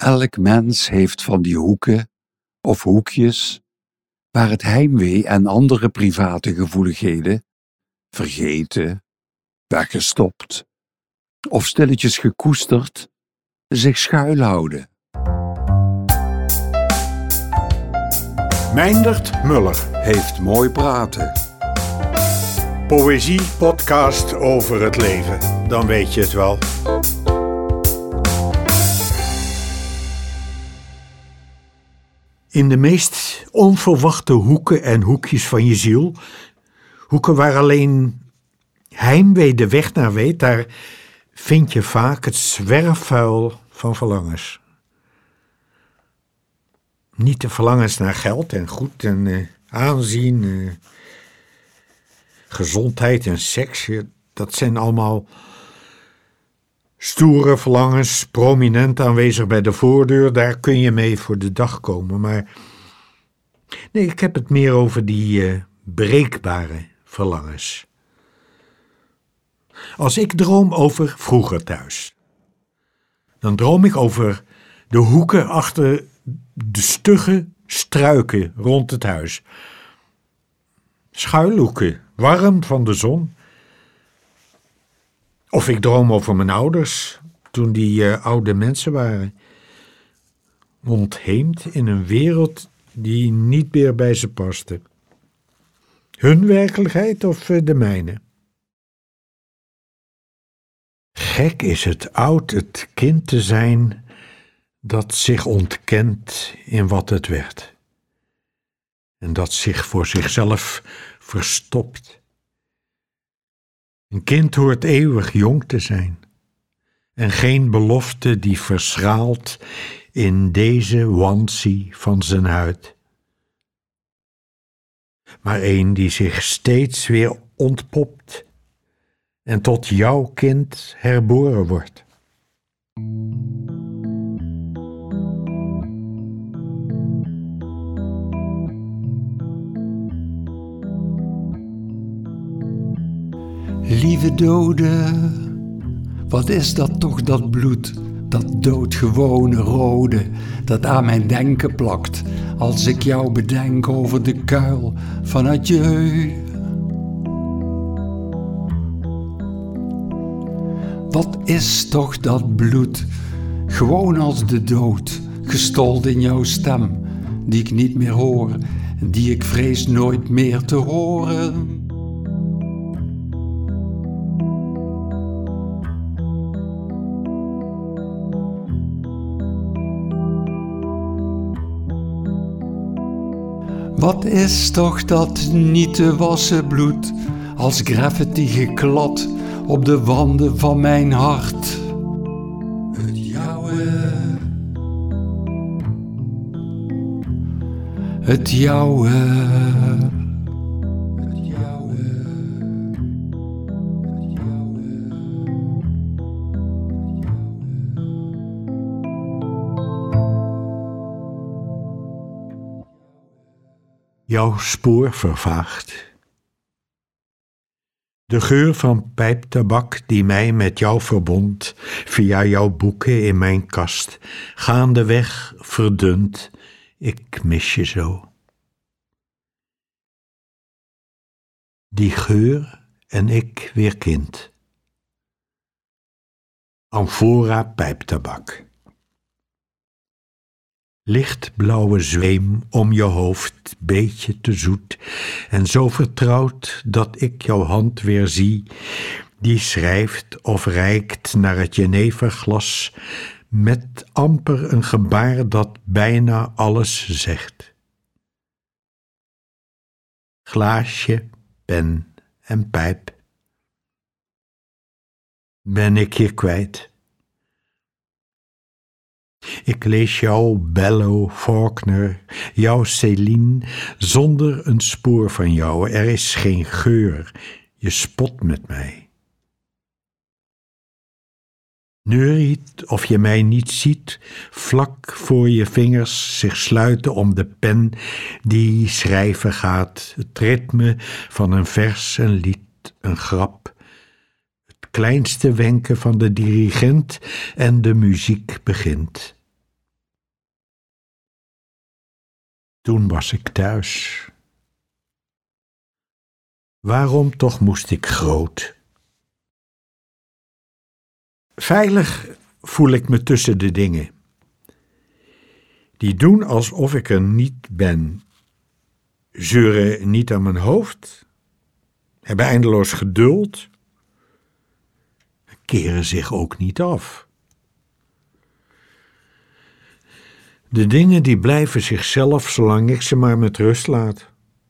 Elk mens heeft van die hoeken of hoekjes waar het heimwee en andere private gevoeligheden, vergeten, weggestopt of stilletjes gekoesterd, zich schuilhouden. Meindert Muller Heeft mooi praten. Poëzie-podcast over het leven, dan weet je het wel. In de meest onverwachte hoeken en hoekjes van je ziel, hoeken waar alleen heimwee de weg naar weet, daar vind je vaak het zwerfvuil van verlangens. Niet de verlangens naar geld en goed en aanzien, gezondheid en seks. Dat zijn allemaal stoere verlangens, prominent aanwezig bij de voordeur. Daar kun je mee voor de dag komen. Maar nee, ik heb het meer over die breekbare verlangens. Als ik droom over vroeger thuis, dan droom ik over de hoeken achter de stugge struiken rond het huis. Schuilhoeken, warm van de zon. Of ik droom over mijn ouders, toen die oude mensen waren. Ontheemd in een wereld die niet meer bij ze paste. Hun werkelijkheid of de mijne? Gek is het oud het kind te zijn dat zich ontkent in wat het werd. En dat zich voor zichzelf verstopt. Een kind hoort eeuwig jong te zijn. En geen belofte die verschaalt in deze wansie van zijn huid. Maar een die zich steeds weer ontpopt en tot jouw kind herboren wordt. Lieve dode, wat is dat toch dat bloed, dat doodgewone rode, dat aan mijn denken plakt, als ik jou bedenk over de kuil van adieu. Wat is toch dat bloed, gewoon als de dood, gestold in jouw stem, die ik niet meer hoor, die ik vrees nooit meer te horen. Wat is toch dat niet te wassen bloed, als graffiti geklad op de wanden van mijn hart. Het jouwe. Het jouwe. Het jouwe. Het jouwe. Jouw spoor vervaagt. De geur van pijptabak die mij met jou verbond, via jouw boeken in mijn kast, gaandeweg verdund, ik mis je zo. Die geur en ik weer kind. Amphora pijptabak. Lichtblauwe zweem om je hoofd, beetje te zoet, en zo vertrouwd dat ik jouw hand weer zie, die schrijft of reikt naar het jeneverglas, met amper een gebaar dat bijna alles zegt. Glaasje, pen en pijp. Ben ik je kwijt? Ik lees jouw Bellow Faulkner, jouw Céline, zonder een spoor van jou. Er is geen geur, je spot met mij. Neuriet of je mij niet ziet, vlak voor je vingers zich sluiten om de pen die schrijven gaat. Het ritme van een vers, een lied, een grap. kleinste wenken van de dirigent en de muziek begint. Toen was ik thuis. Waarom toch moest ik groot? Veilig voel ik me tussen de dingen. Die doen alsof ik er niet ben. Zeuren niet aan mijn hoofd. Hebben eindeloos geduld. Keren zich ook niet af. De dingen die blijven zichzelf zolang ik ze maar met rust laat.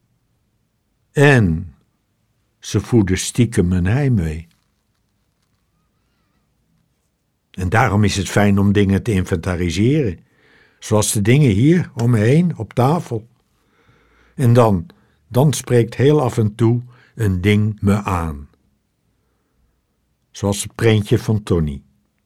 En ze voeden stiekem mijn heimwee. En daarom is het fijn om dingen te inventariseren. Zoals de dingen hier om me heen op tafel. En dan spreekt heel af en toe een ding me aan. Zoals het prentje van Tony.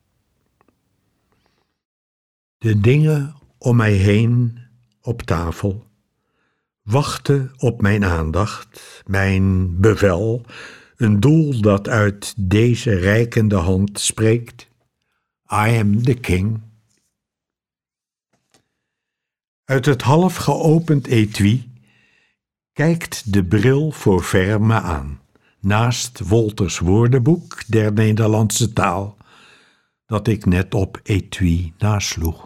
De dingen om mij heen op tafel wachten op mijn aandacht, mijn bevel, een doel dat uit deze reikende hand spreekt. I am the king. Uit het half geopend etui kijkt de bril voor ver me aan, naast Wolters woordenboek der Nederlandse taal, dat ik net op etui nasloeg.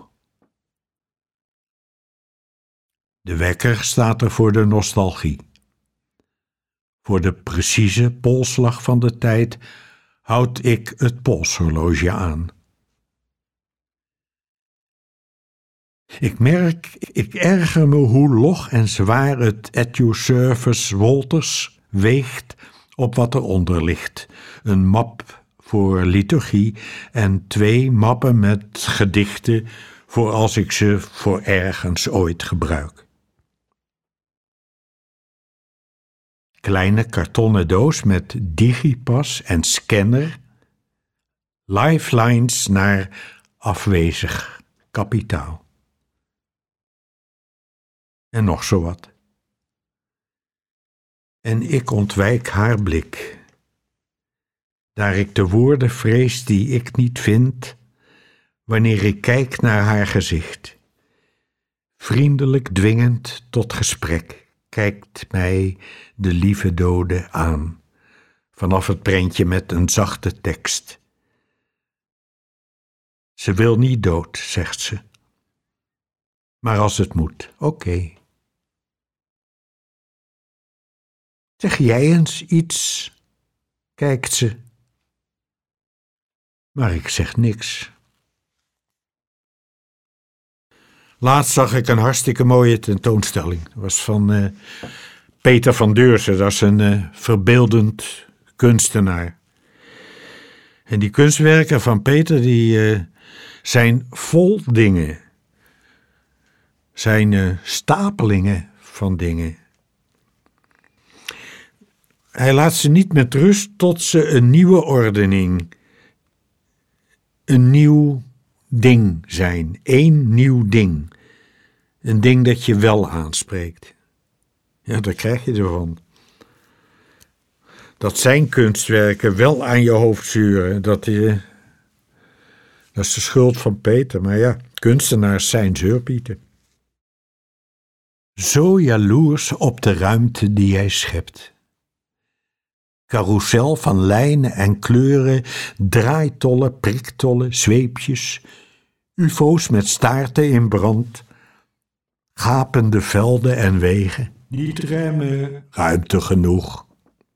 De wekker staat er voor de nostalgie. Voor de precieze polsslag van de tijd houd ik het polshorloge aan. Ik merk, ik erger me hoe log en zwaar het at your service Wolters weegt op wat eronder ligt. Een map voor liturgie en 2 mappen met gedichten voor als ik ze voor ergens ooit gebruik. Kleine kartonnen doos met digipas en scanner, lifelines naar afwezig kapitaal. En nog zo wat. En ik ontwijk haar blik, daar ik de woorden vrees die ik niet vind, wanneer ik kijk naar haar gezicht. Vriendelijk dwingend tot gesprek kijkt mij de lieve dode aan, vanaf het prentje met een zachte tekst. Ze wil niet dood, zegt ze. Maar als het moet, oké. Zeg jij eens iets, kijkt ze. Maar ik zeg niks. Laatst zag ik een hartstikke mooie tentoonstelling. Dat was van Peter van Deurzen, dat is een verbeeldend kunstenaar. En die kunstwerken van Peter, die zijn vol dingen. Zijn stapelingen van dingen. Hij laat ze niet met rust tot ze een nieuwe ordening, een nieuw ding zijn. 1 nieuw ding. Een ding dat je wel aanspreekt. Ja, daar krijg je ervan. Dat zijn kunstwerken wel aan je hoofd zuren. Dat is de schuld van Peter. Maar ja, kunstenaars zijn zeurpieten. Zo jaloers op de ruimte die jij schept. Carousel van lijnen en kleuren, draaitollen, priktollen, zweepjes, ufo's met staarten in brand, gapende velden en wegen. Niet remmen, ruimte genoeg.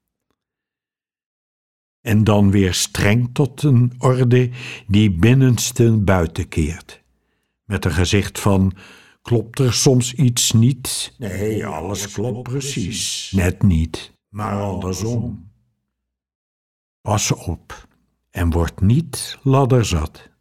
En dan weer streng tot een orde die binnenste buiten keert, met een gezicht van: klopt er soms iets niet? Nee, alles klopt precies. Net niet, maar andersom. Pas op en word niet ladderzat.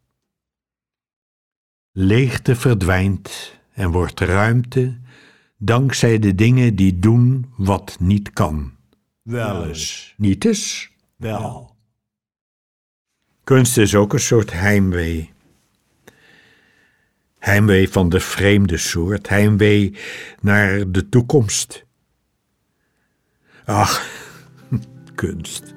Leegte verdwijnt en wordt ruimte dankzij de dingen die doen wat niet kan. Wel eens. Niet eens? Wel. Kunst is ook een soort heimwee. Heimwee van de vreemde soort, heimwee naar de toekomst. Ach, kunst.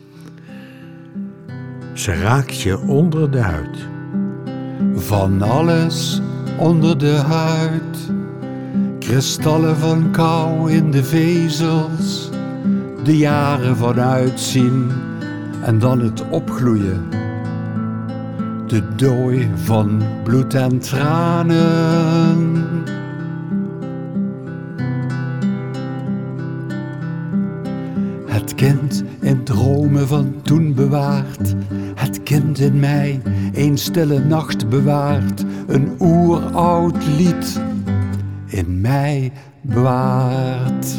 Ze raakt je onder de huid. Van alles onder de huid Kristallen van kou in de vezels, de jaren van uitzien en dan het opgloeien. De dooi van bloed en tranen. Het kind in dromen van toen bewaard, het kind in mij een stille nacht bewaard, een oeroud lied in mij bewaard.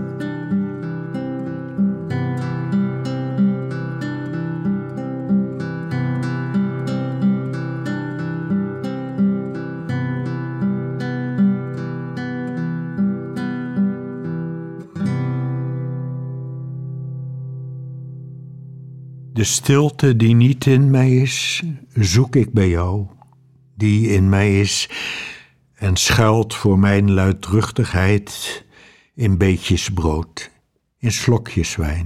De stilte die niet in mij is, zoek ik bij jou, die in mij is en schuilt voor mijn luidruchtigheid in beetjes brood, in slokjes wijn.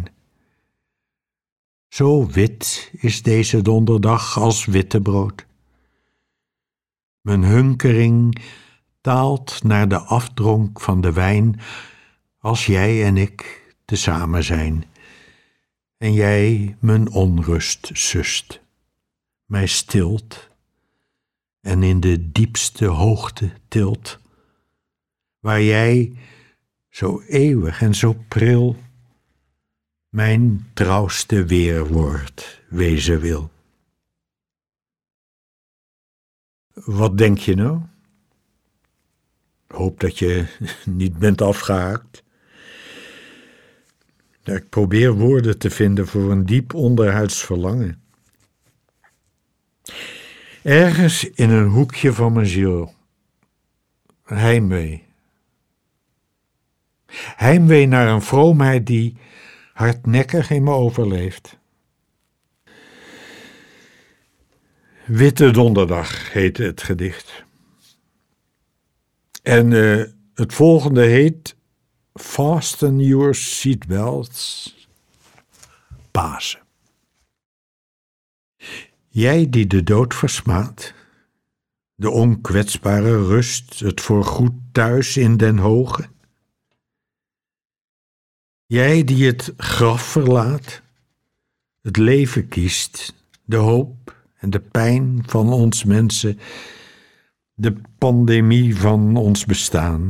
Zo wit is deze donderdag als wittebrood. Mijn hunkering taalt naar de afdronk van de wijn, als jij en ik tezamen zijn. En jij mijn onrust sust, mij stilt en in de diepste hoogte tilt, waar jij zo eeuwig en zo pril mijn trouwste weerwoord wezen wil. Wat denk je nou? Hoop dat je niet bent afgehaakt. Ik probeer woorden te vinden voor een diep onderhuids verlangen. Ergens in een hoekje van mijn ziel. Heimwee. Heimwee naar een vroomheid die hardnekkig in me overleeft. Witte Donderdag heette het gedicht. En het volgende heet Fasten your seatbelts. Pasen. Jij die de dood versmaadt, de onkwetsbare rust, het voorgoed thuis in den hoge. Jij die het graf verlaat, het leven kiest, de hoop en de pijn van ons mensen, de pandemie van ons bestaan.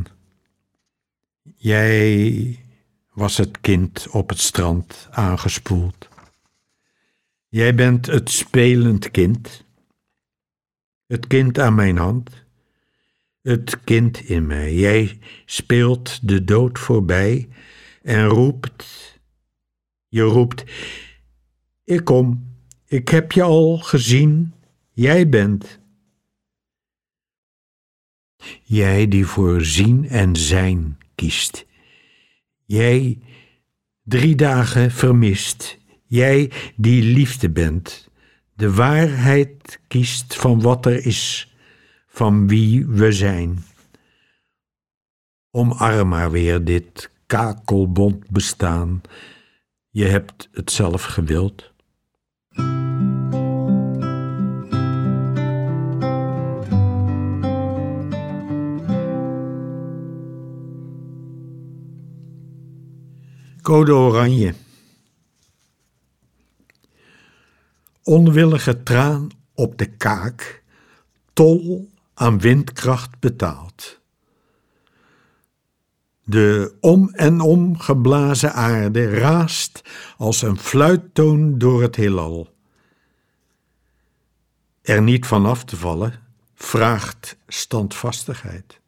Jij was het kind op het strand aangespoeld. Jij bent het spelend kind, het kind aan mijn hand, het kind in mij. Jij speelt de dood voorbij en je roept, ik kom, ik heb je al gezien, jij bent. Jij die voor zien en zijn kiest. Jij 3 dagen vermist. Jij die liefde bent. De waarheid kiest van wat er is, van wie we zijn. Omarm maar weer dit kakelbond bestaan. Je hebt het zelf gewild. Code oranje. Onwillige traan op de kaak, tol aan windkracht betaald. De om en om geblazen aarde raast als een fluittoon door het heelal. Er niet van af te vallen vraagt standvastigheid.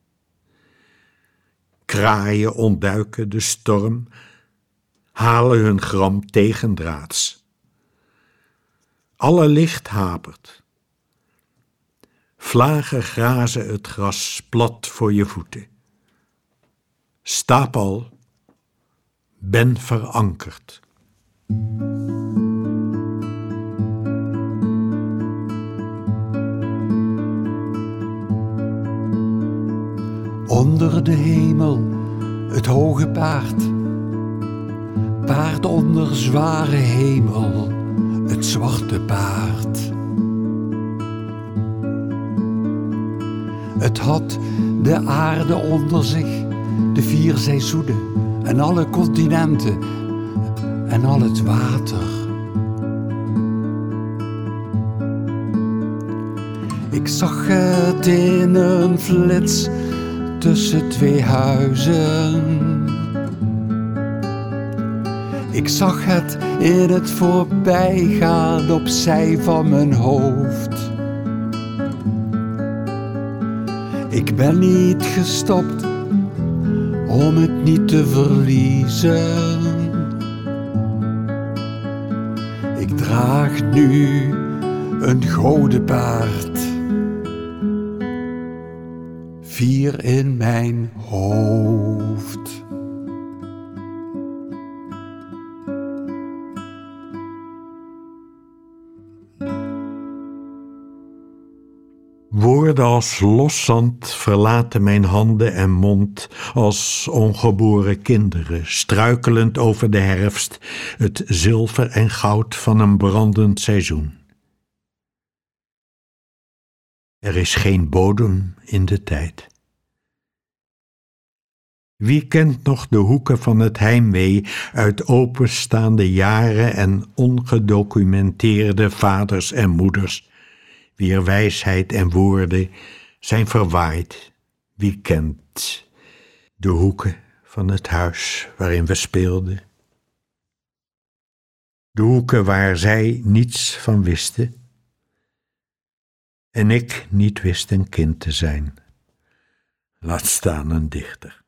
Kraaien ontduiken de storm, halen hun gram tegendraads. Alle licht hapert. Vlagen grazen het gras plat voor je voeten. Staap al, ben verankerd. Onder de hemel het hoge paard, paard onder zware hemel, het zwarte paard. Het had de aarde onder zich de 4 seizoenen en alle continenten en al het water. Ik zag het in een flits tussen 2 huizen. Ik zag het in het voorbijgaan opzij van mijn hoofd. Ik ben niet gestopt om het niet te verliezen. Ik draag nu een gouden paard, 4 in mijn hoofd. Woorden als loszand verlaten mijn handen en mond als ongeboren kinderen, struikelend over de herfst, het zilver en goud van een brandend seizoen. Er is geen bodem in de tijd. Wie kent nog de hoeken van het heimwee uit openstaande jaren en ongedocumenteerde vaders en moeders, wier wijsheid en woorden zijn verwaaid? Wie kent de hoeken van het huis waarin we speelden? De hoeken waar zij niets van wisten en ik niet wist een kind te zijn, laat staan een dichter.